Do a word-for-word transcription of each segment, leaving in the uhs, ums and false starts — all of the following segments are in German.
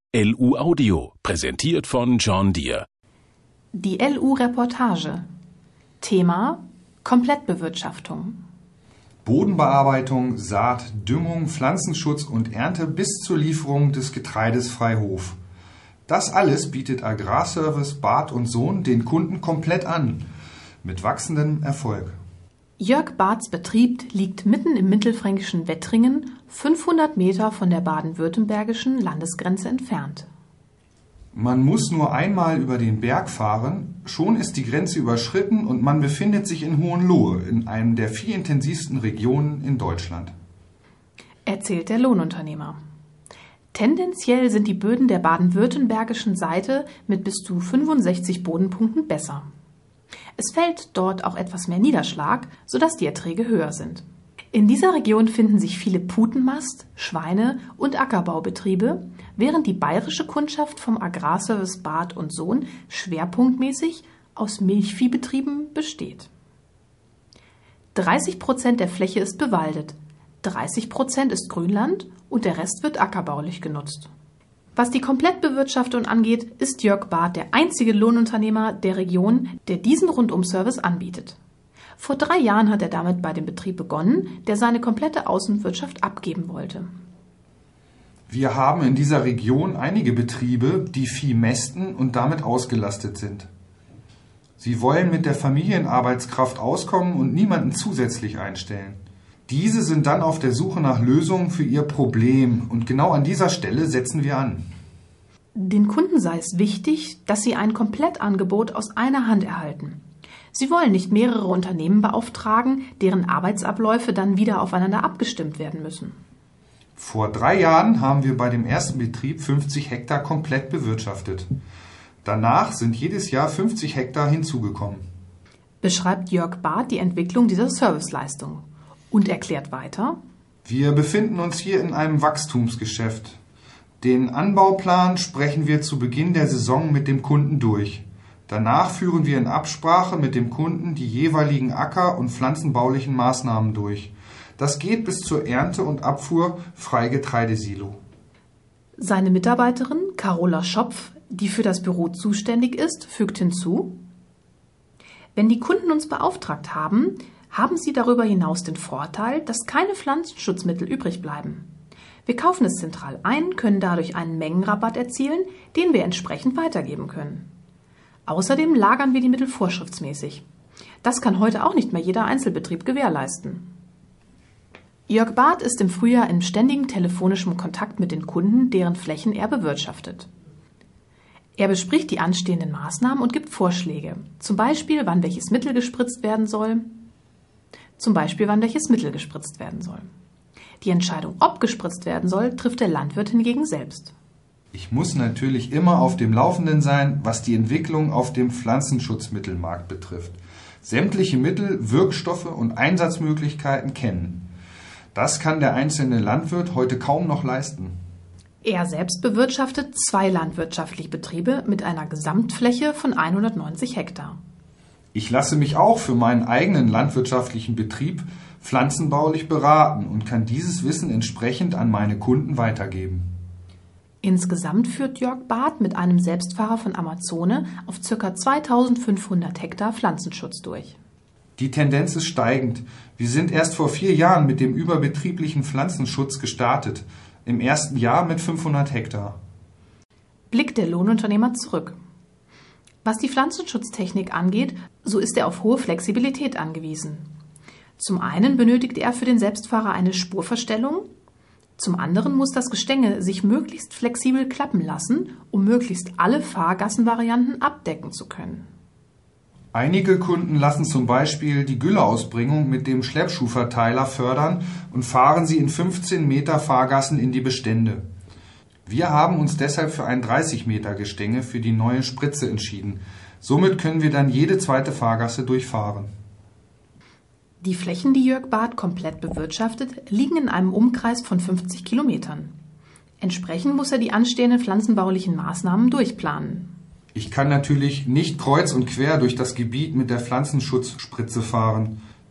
L U Audio, präsentiert von John Deere. Die L U-Reportage. Thema: Komplettbewirtschaftung. Bodenbearbeitung, Saat, Düngung, Pflanzenschutz und Ernte bis zur Lieferung des Getreides frei Hof. Das alles bietet Agrarservice Barth und Sohn den Kunden komplett an, mit wachsendem Erfolg. Jörg Barths Betrieb liegt mitten im mittelfränkischen Wettringen, fünfhundert Meter von der baden-württembergischen Landesgrenze entfernt. Man muss nur einmal über den Berg fahren, schon ist die Grenze überschritten und man befindet sich in Hohenlohe, in einem der vier intensivsten Regionen in Deutschland. Erzählt der Lohnunternehmer. Tendenziell sind die Böden der baden-württembergischen Seite mit bis zu fünfundsechzig Bodenpunkten besser. Es fällt dort auch etwas mehr Niederschlag, sodass die Erträge höher sind. In dieser Region finden sich viele Putenmast-, Schweine- und Ackerbaubetriebe, während die bayerische Kundschaft vom Agrarservice Barth und Sohn schwerpunktmäßig aus Milchviehbetrieben besteht. dreißig Prozent der Fläche ist bewaldet, dreißig Prozent ist Grünland und der Rest wird ackerbaulich genutzt. Was die Komplettbewirtschaftung angeht, ist Jörg Barth der einzige Lohnunternehmer der Region, der diesen Rundum-Service anbietet. Vor drei Jahren hat er damit bei dem Betrieb begonnen, der seine komplette Außenwirtschaft abgeben wollte. Wir haben in dieser Region einige Betriebe, die Vieh mästen und damit ausgelastet sind. Sie wollen mit der Familienarbeitskraft auskommen und niemanden zusätzlich einstellen. Diese sind dann auf der Suche nach Lösungen für ihr Problem und genau an dieser Stelle setzen wir an. Den Kunden sei es wichtig, dass sie ein Komplettangebot aus einer Hand erhalten. Sie wollen nicht mehrere Unternehmen beauftragen, deren Arbeitsabläufe dann wieder aufeinander abgestimmt werden müssen. Vor drei Jahren haben wir bei dem ersten Betrieb fünfzig Hektar komplett bewirtschaftet. Danach sind jedes Jahr fünfzig Hektar hinzugekommen. Beschreibt Jörg Barth die Entwicklung dieser Serviceleistung und erklärt weiter: Wir befinden uns hier in einem Wachstumsgeschäft. Den Anbauplan sprechen wir zu Beginn der Saison mit dem Kunden durch. Danach führen wir in Absprache mit dem Kunden die jeweiligen acker- und pflanzenbaulichen Maßnahmen durch. Das geht bis zur Ernte und Abfuhr Freigetreidesilo. Seine Mitarbeiterin Carola Schopf, die für das Büro zuständig ist, fügt hinzu: Wenn die Kunden uns beauftragt haben, haben sie darüber hinaus den Vorteil, dass keine Pflanzenschutzmittel übrig bleiben. Wir kaufen es zentral ein, können dadurch einen Mengenrabatt erzielen, den wir entsprechend weitergeben können. Außerdem lagern wir die Mittel vorschriftsmäßig. Das kann heute auch nicht mehr jeder Einzelbetrieb gewährleisten. Jörg Barth ist im Frühjahr in ständigem telefonischem Kontakt mit den Kunden, deren Flächen er bewirtschaftet. Er bespricht die anstehenden Maßnahmen und gibt Vorschläge, zum Beispiel wann welches Mittel gespritzt werden soll, zum Beispiel wann welches Mittel gespritzt werden soll. Die Entscheidung, ob gespritzt werden soll, trifft der Landwirt hingegen selbst. Ich muss natürlich immer auf dem Laufenden sein, was die Entwicklung auf dem Pflanzenschutzmittelmarkt betrifft. Sämtliche Mittel, Wirkstoffe und Einsatzmöglichkeiten kennen. Das kann der einzelne Landwirt heute kaum noch leisten. Er selbst bewirtschaftet zwei landwirtschaftliche Betriebe mit einer Gesamtfläche von hundertneunzig Hektar. Ich lasse mich auch für meinen eigenen landwirtschaftlichen Betrieb pflanzenbaulich beraten und kann dieses Wissen entsprechend an meine Kunden weitergeben. Insgesamt führt Jörg Barth mit einem Selbstfahrer von Amazone auf ca. zweitausendfünfhundert Hektar Pflanzenschutz durch. Die Tendenz ist steigend. Wir sind erst vor vier Jahren mit dem überbetrieblichen Pflanzenschutz gestartet. Im ersten Jahr mit fünfhundert Hektar. Blickt der Lohnunternehmer zurück. Was die Pflanzenschutztechnik angeht, so ist er auf hohe Flexibilität angewiesen. Zum einen benötigt er für den Selbstfahrer eine Spurverstellung, zum anderen muss das Gestänge sich möglichst flexibel klappen lassen, um möglichst alle Fahrgassenvarianten abdecken zu können. Einige Kunden lassen zum Beispiel die Gülleausbringung mit dem Schleppschuhverteiler fördern und fahren sie in fünfzehn Meter Fahrgassen in die Bestände. Wir haben uns deshalb für ein dreißig Meter Gestänge für die neue Spritze entschieden. Somit können wir dann jede zweite Fahrgasse durchfahren. Die Flächen, die Jörg Barth komplett bewirtschaftet, liegen in einem Umkreis von fünfzig Kilometern. Entsprechend muss er die anstehenden pflanzenbaulichen Maßnahmen durchplanen. Ich kann natürlich nicht kreuz und quer durch das Gebiet mit der Pflanzenschutzspritze fahren.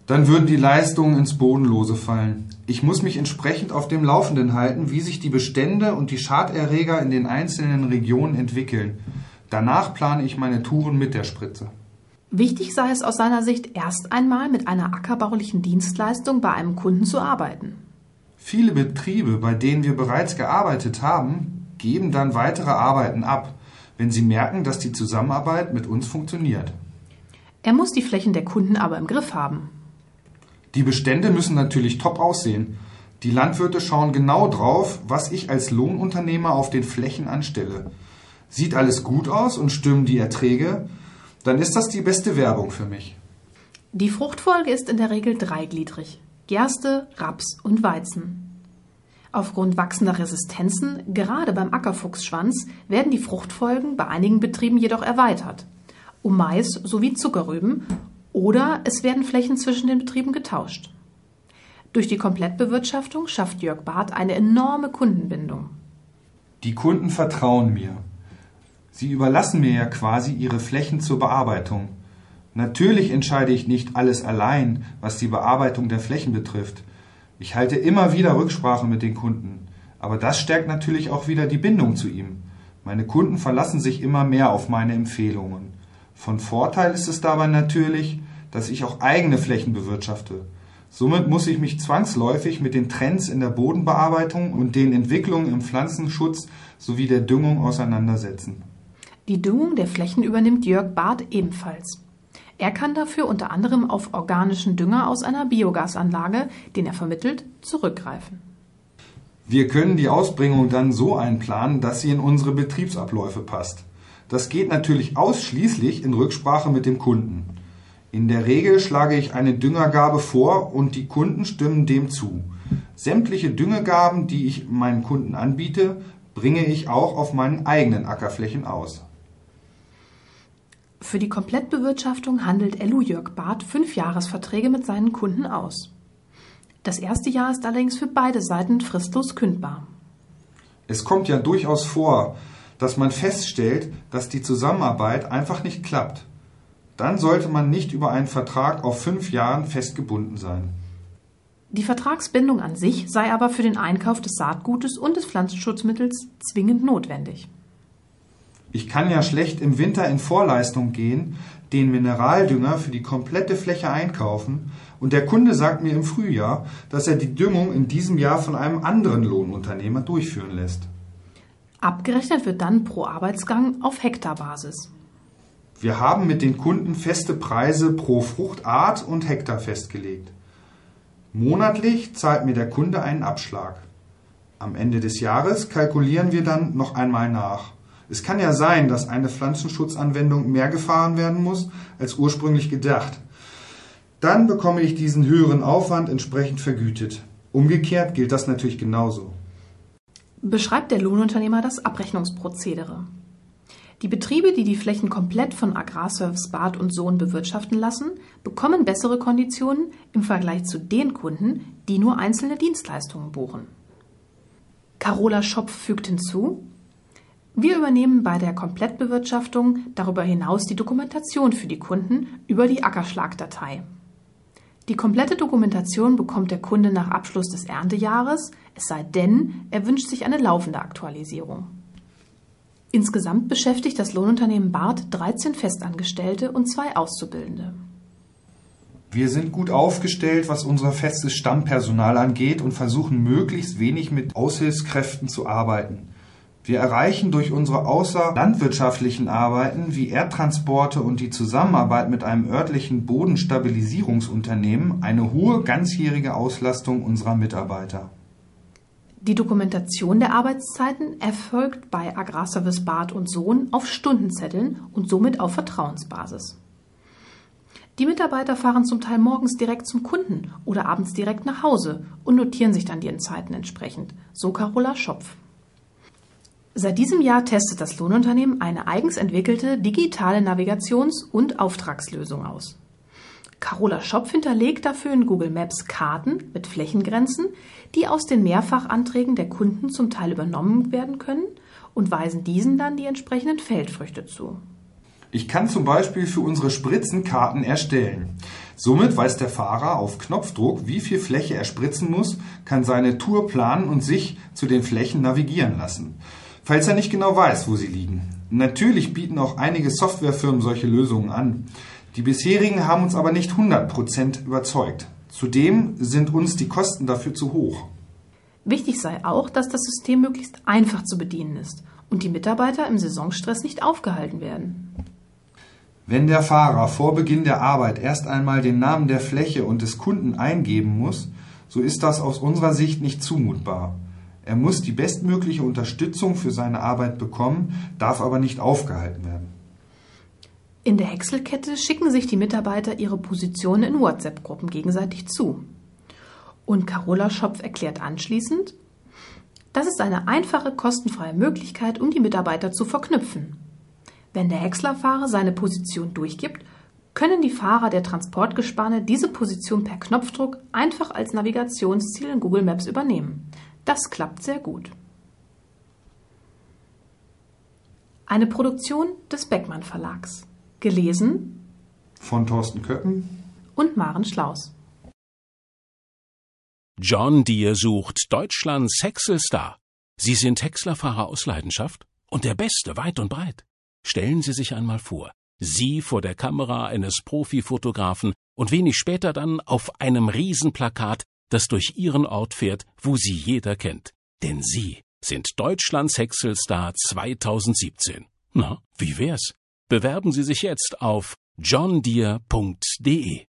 Dann würden die Leistungen ins Bodenlose fallen. Ich muss mich entsprechend auf dem Laufenden halten, wie sich die Bestände und die Schaderreger in den einzelnen Regionen entwickeln. Danach plane ich meine Touren mit der Spritze. Wichtig sei es aus seiner Sicht, erst einmal mit einer ackerbaulichen Dienstleistung bei einem Kunden zu arbeiten. Viele Betriebe, bei denen wir bereits gearbeitet haben, geben dann weitere Arbeiten ab, wenn sie merken, dass die Zusammenarbeit mit uns funktioniert. Er muss die Flächen der Kunden aber im Griff haben. Die Bestände müssen natürlich top aussehen. Die Landwirte schauen genau drauf, was ich als Lohnunternehmer auf den Flächen anstelle. Sieht alles gut aus und stimmen die Erträge, dann ist das die beste Werbung für mich. Die Fruchtfolge ist in der Regel dreigliedrig: Gerste, Raps und Weizen. Aufgrund wachsender Resistenzen, gerade beim Ackerfuchsschwanz, werden die Fruchtfolgen bei einigen Betrieben jedoch erweitert, um Mais sowie Zuckerrüben, oder es werden Flächen zwischen den Betrieben getauscht. Durch die Komplettbewirtschaftung schafft Jörg Barth eine enorme Kundenbindung. Die Kunden vertrauen mir. Sie überlassen mir ja quasi ihre Flächen zur Bearbeitung. Natürlich entscheide ich nicht alles allein, was die Bearbeitung der Flächen betrifft. Ich halte immer wieder Rücksprache mit den Kunden. Aber das stärkt natürlich auch wieder die Bindung zu ihm. Meine Kunden verlassen sich immer mehr auf meine Empfehlungen. Von Vorteil ist es dabei natürlich, dass ich auch eigene Flächen bewirtschafte. Somit muss ich mich zwangsläufig mit den Trends in der Bodenbearbeitung und den Entwicklungen im Pflanzenschutz sowie der Düngung auseinandersetzen. Die Düngung der Flächen übernimmt Jörg Barth ebenfalls. Er kann dafür unter anderem auf organischen Dünger aus einer Biogasanlage, den er vermittelt, zurückgreifen. Wir können die Ausbringung dann so einplanen, dass sie in unsere Betriebsabläufe passt. Das geht natürlich ausschließlich in Rücksprache mit dem Kunden. In der Regel schlage ich eine Düngergabe vor und die Kunden stimmen dem zu. Sämtliche Düngegaben, die ich meinen Kunden anbiete, bringe ich auch auf meinen eigenen Ackerflächen aus. Für die Komplettbewirtschaftung handelt L U Jörg Barth fünf Jahresverträge mit seinen Kunden aus. Das erste Jahr ist allerdings für beide Seiten fristlos kündbar. Es kommt ja durchaus vor, dass man feststellt, dass die Zusammenarbeit einfach nicht klappt. Dann sollte man nicht über einen Vertrag auf fünf Jahren festgebunden sein. Die Vertragsbindung an sich sei aber für den Einkauf des Saatgutes und des Pflanzenschutzmittels zwingend notwendig. Ich kann ja schlecht im Winter in Vorleistung gehen, den Mineraldünger für die komplette Fläche einkaufen und der Kunde sagt mir im Frühjahr, dass er die Düngung in diesem Jahr von einem anderen Lohnunternehmer durchführen lässt. Abgerechnet wird dann pro Arbeitsgang auf Hektarbasis. Wir haben mit den Kunden feste Preise pro Fruchtart und Hektar festgelegt. Monatlich zahlt mir der Kunde einen Abschlag. Am Ende des Jahres kalkulieren wir dann noch einmal nach. Es kann ja sein, dass eine Pflanzenschutzanwendung mehr gefahren werden muss, als ursprünglich gedacht. Dann bekomme ich diesen höheren Aufwand entsprechend vergütet. Umgekehrt gilt das natürlich genauso. Beschreibt der Lohnunternehmer das Abrechnungsprozedere. Die Betriebe, die die Flächen komplett von Agrarservice Barth und Sohn bewirtschaften lassen, bekommen bessere Konditionen im Vergleich zu den Kunden, die nur einzelne Dienstleistungen buchen. Carola Schopf fügt hinzu: Wir übernehmen bei der Komplettbewirtschaftung darüber hinaus die Dokumentation für die Kunden über die Ackerschlagdatei. Die komplette Dokumentation bekommt der Kunde nach Abschluss des Erntejahres, es sei denn, er wünscht sich eine laufende Aktualisierung. Insgesamt beschäftigt das Lohnunternehmen Barth dreizehn Festangestellte und zwei Auszubildende. Wir sind gut aufgestellt, was unser festes Stammpersonal angeht und versuchen möglichst wenig mit Aushilfskräften zu arbeiten. Wir erreichen durch unsere außerlandwirtschaftlichen Arbeiten wie Erdtransporte und die Zusammenarbeit mit einem örtlichen Bodenstabilisierungsunternehmen eine hohe ganzjährige Auslastung unserer Mitarbeiter. Die Dokumentation der Arbeitszeiten erfolgt bei Agrarservice Barth und Sohn auf Stundenzetteln und somit auf Vertrauensbasis. Die Mitarbeiter fahren zum Teil morgens direkt zum Kunden oder abends direkt nach Hause und notieren sich dann die Zeiten entsprechend, so Carola Schopf. Seit diesem Jahr testet das Lohnunternehmen eine eigens entwickelte digitale Navigations- und Auftragslösung aus. Carola Schopf hinterlegt dafür in Google Maps Karten mit Flächengrenzen, die aus den Mehrfachanträgen der Kunden zum Teil übernommen werden können und weisen diesen dann die entsprechenden Feldfrüchte zu. Ich kann zum Beispiel für unsere Spritzen Karten erstellen. Somit weiß der Fahrer auf Knopfdruck, wie viel Fläche er spritzen muss, kann seine Tour planen und sich zu den Flächen navigieren lassen, falls er nicht genau weiß, wo sie liegen. Natürlich bieten auch einige Softwarefirmen solche Lösungen an. Die bisherigen haben uns aber nicht hundert Prozent überzeugt. Zudem sind uns die Kosten dafür zu hoch. Wichtig sei auch, dass das System möglichst einfach zu bedienen ist und die Mitarbeiter im Saisonstress nicht aufgehalten werden. Wenn der Fahrer vor Beginn der Arbeit erst einmal den Namen der Fläche und des Kunden eingeben muss, so ist das aus unserer Sicht nicht zumutbar. Er muss die bestmögliche Unterstützung für seine Arbeit bekommen, darf aber nicht aufgehalten werden. In der Häckselkette schicken sich die Mitarbeiter ihre Positionen in WhatsApp-Gruppen gegenseitig zu. Und Carola Schopf erklärt anschließend, das ist eine einfache, kostenfreie Möglichkeit, um die Mitarbeiter zu verknüpfen. Wenn der Häckslerfahrer seine Position durchgibt, können die Fahrer der Transportgespanne diese Position per Knopfdruck einfach als Navigationsziel in Google Maps übernehmen. Das klappt sehr gut. Eine Produktion des Beckmann Verlags. Gelesen von Thorsten Köppen und Maren Schlaus. John Deere sucht Deutschlands Häckselstar. Sie sind Häckslerfahrer aus Leidenschaft und der Beste weit und breit. Stellen Sie sich einmal vor, Sie vor der Kamera eines Profifotografen und wenig später dann auf einem Riesenplakat, das durch Ihren Ort fährt, wo Sie jeder kennt. Denn Sie sind Deutschlands Häckselstar zweitausendsiebzehn. Na, wie wär's? Bewerben Sie sich jetzt auf john deere punkt de.